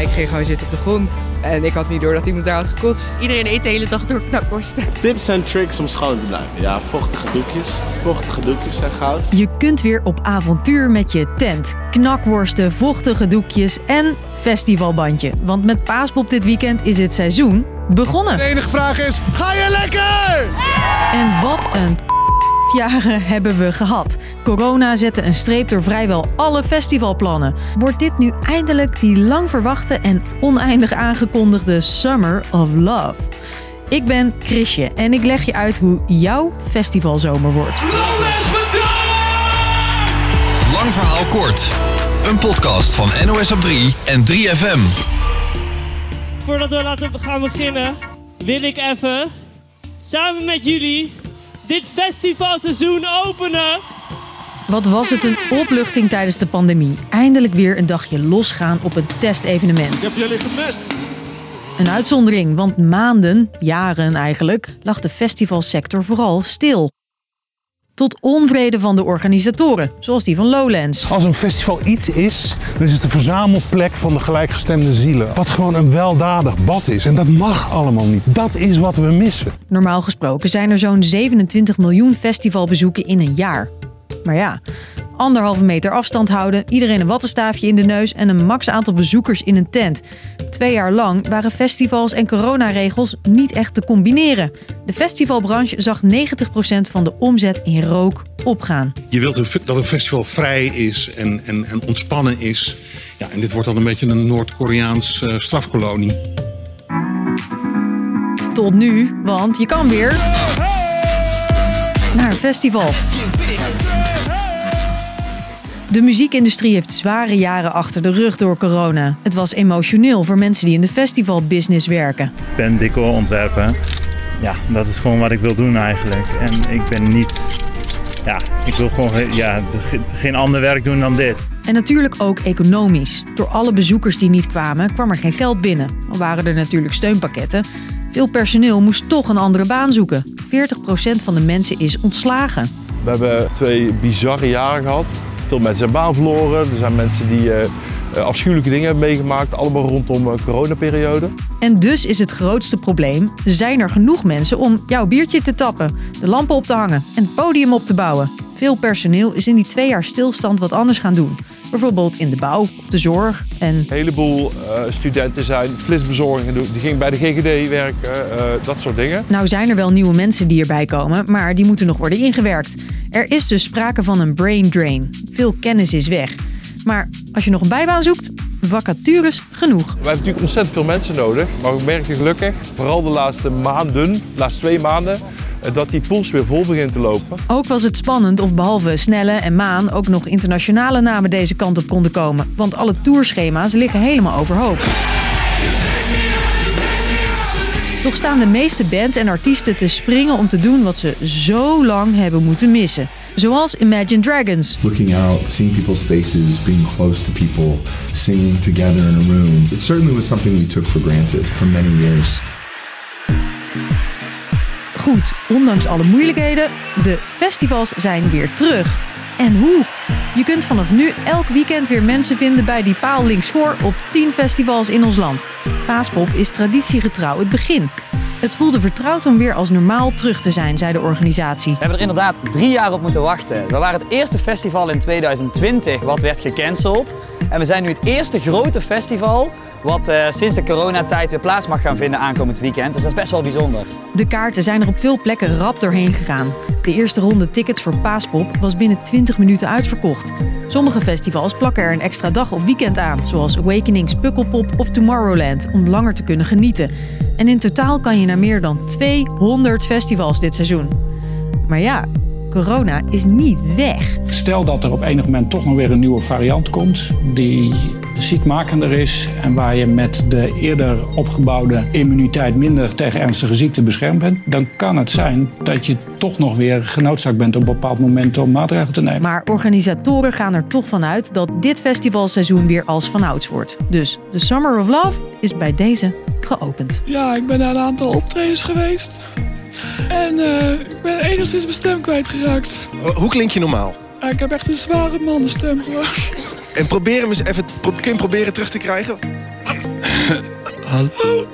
ik ging gewoon zitten op de grond. En ik had niet door dat iemand daar had gekotst. Iedereen eet de hele dag door knakworsten. Tips en tricks om schoon te blijven. Ja, vochtige doekjes zijn goud. Je kunt weer op avontuur met je tent. Knakworsten, vochtige doekjes en festivalbandje. Want met Paaspop dit weekend is het seizoen begonnen. De enige vraag is, ga je lekker? En wat een jaren hebben we gehad. Corona zette een streep door vrijwel alle festivalplannen. Wordt dit nu eindelijk die lang verwachte en oneindig aangekondigde Summer of Love? Ik ben Chrisje en ik leg je uit hoe jouw festivalzomer wordt. Lang verhaal kort. Een podcast van NOS op 3 en 3FM. Voordat we gaan beginnen, wil ik even samen met jullie dit festivalseizoen openen. Wat was het een opluchting tijdens de pandemie. Eindelijk weer een dagje losgaan op een testevenement. Ik heb jullie gemist. Een uitzondering, want maanden, jaren eigenlijk, lag de festivalsector vooral stil. Tot onvrede van de organisatoren, zoals die van Lowlands. Als een festival iets is, dan is het de verzamelplek van de gelijkgestemde zielen. Wat gewoon een weldadig bad is. En dat mag allemaal niet. Dat is wat we missen. Normaal gesproken zijn er zo'n 27 miljoen festivalbezoeken in een jaar. Maar ja, 1,5 meter afstand houden, iedereen een wattenstaafje in de neus en een max aantal bezoekers in een tent. 2 jaar lang waren festivals en coronaregels niet echt te combineren. De festivalbranche zag 90% van de omzet in rook opgaan. Je wilt dat een festival vrij is en ontspannen is. Ja, en dit wordt dan een beetje een Noord-Koreaans strafkolonie. Tot nu, want je kan weer naar een festival. De muziekindustrie heeft zware jaren achter de rug door corona. Het was emotioneel voor mensen die in de festivalbusiness werken. Ik ben decorontwerper. Ja, dat is gewoon wat ik wil doen eigenlijk. En ik ben niet... Ja, ik wil gewoon geen ander werk doen dan dit. En natuurlijk ook economisch. Door alle bezoekers die niet kwamen, kwam er geen geld binnen. Al waren er natuurlijk steunpakketten. Veel personeel moest toch een andere baan zoeken. 40% van de mensen is ontslagen. We hebben 2 bizarre jaren gehad. Veel mensen zijn baan verloren. Er zijn mensen die afschuwelijke dingen hebben meegemaakt. Allemaal rondom de coronaperiode. En dus is het grootste probleem: zijn er genoeg mensen om jouw biertje te tappen, de lampen op te hangen en het podium op te bouwen? Veel personeel is in die 2 jaar stilstand wat anders gaan doen. Bijvoorbeeld in de bouw, of de zorg en... Een heleboel studenten zijn flitsbezorgingen doen. Die gingen bij de GGD werken, dat soort dingen. Nou zijn er wel nieuwe mensen die erbij komen, maar die moeten nog worden ingewerkt. Er is dus sprake van een brain drain. Veel kennis is weg. Maar als je nog een bijbaan zoekt, vacatures genoeg. We hebben natuurlijk ontzettend veel mensen nodig. Maar we merken gelukkig, vooral de laatste 2 maanden... dat die pools weer vol begint te lopen. Ook was het spannend of behalve Snelle en Maan ook nog internationale namen deze kant op konden komen. Want alle tourschema's liggen helemaal overhoop. Toch staan de meeste bands en artiesten te springen om te doen wat ze zo lang hebben moeten missen. Zoals Imagine Dragons. Looking out, seeing people's faces, being close to people, singing together in a room. It certainly was something we took for granted for many years. Goed, ondanks alle moeilijkheden, de festivals zijn weer terug. En hoe? Je kunt vanaf nu elk weekend weer mensen vinden bij die paal linksvoor op 10 festivals in ons land. Paaspop is traditiegetrouw het begin. Het voelde vertrouwd om weer als normaal terug te zijn, zei de organisatie. We hebben er inderdaad 3 jaar op moeten wachten. We waren het eerste festival in 2020 wat werd gecanceld. En we zijn nu het eerste grote festival wat sinds de coronatijd weer plaats mag gaan vinden aankomend weekend. Dus dat is best wel bijzonder. De kaarten zijn er op veel plekken rap doorheen gegaan. De eerste ronde tickets voor Paaspop was binnen 20 minuten uitverkocht. Sommige festivals plakken er een extra dag of weekend aan, zoals Awakenings, Pukkelpop of Tomorrowland, om langer te kunnen genieten. En in totaal kan je naar meer dan 200 festivals dit seizoen. Maar ja, corona is niet weg. Stel dat er op enig moment toch nog weer een nieuwe variant komt die ziekmakender is en waar je met de eerder opgebouwde immuniteit minder tegen ernstige ziekten beschermd bent, dan kan het zijn dat je toch nog weer genoodzaakt bent op een bepaald moment om maatregelen te nemen. Maar organisatoren gaan er toch vanuit dat dit festivalseizoen weer als vanouds wordt. Dus de Summer of Love is bij deze geopend. Ja, ik ben naar een aantal optredens geweest. En ik ben enigszins mijn stem kwijtgeraakt. Hoe klink je normaal? Ik heb echt een zware mannenstem gewoon. En probeer hem eens even, kun je hem proberen terug te krijgen? Hallo?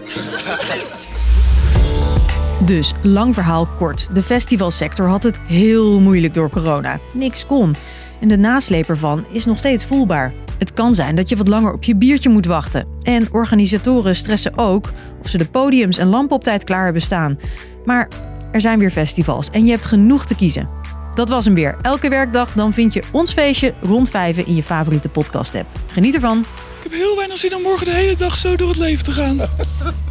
Dus, lang verhaal kort. De festivalsector had het heel moeilijk door corona. Niks kon. En de nasleep ervan is nog steeds voelbaar. Het kan zijn dat je wat langer op je biertje moet wachten. En organisatoren stressen ook of ze de podiums en lampen op tijd klaar hebben staan. Maar er zijn weer festivals en je hebt genoeg te kiezen. Dat was hem weer. Elke werkdag dan vind je ons feestje rond 5 in je favoriete podcast-app. Geniet ervan. Ik heb heel weinig zin om morgen de hele dag zo door het leven te gaan.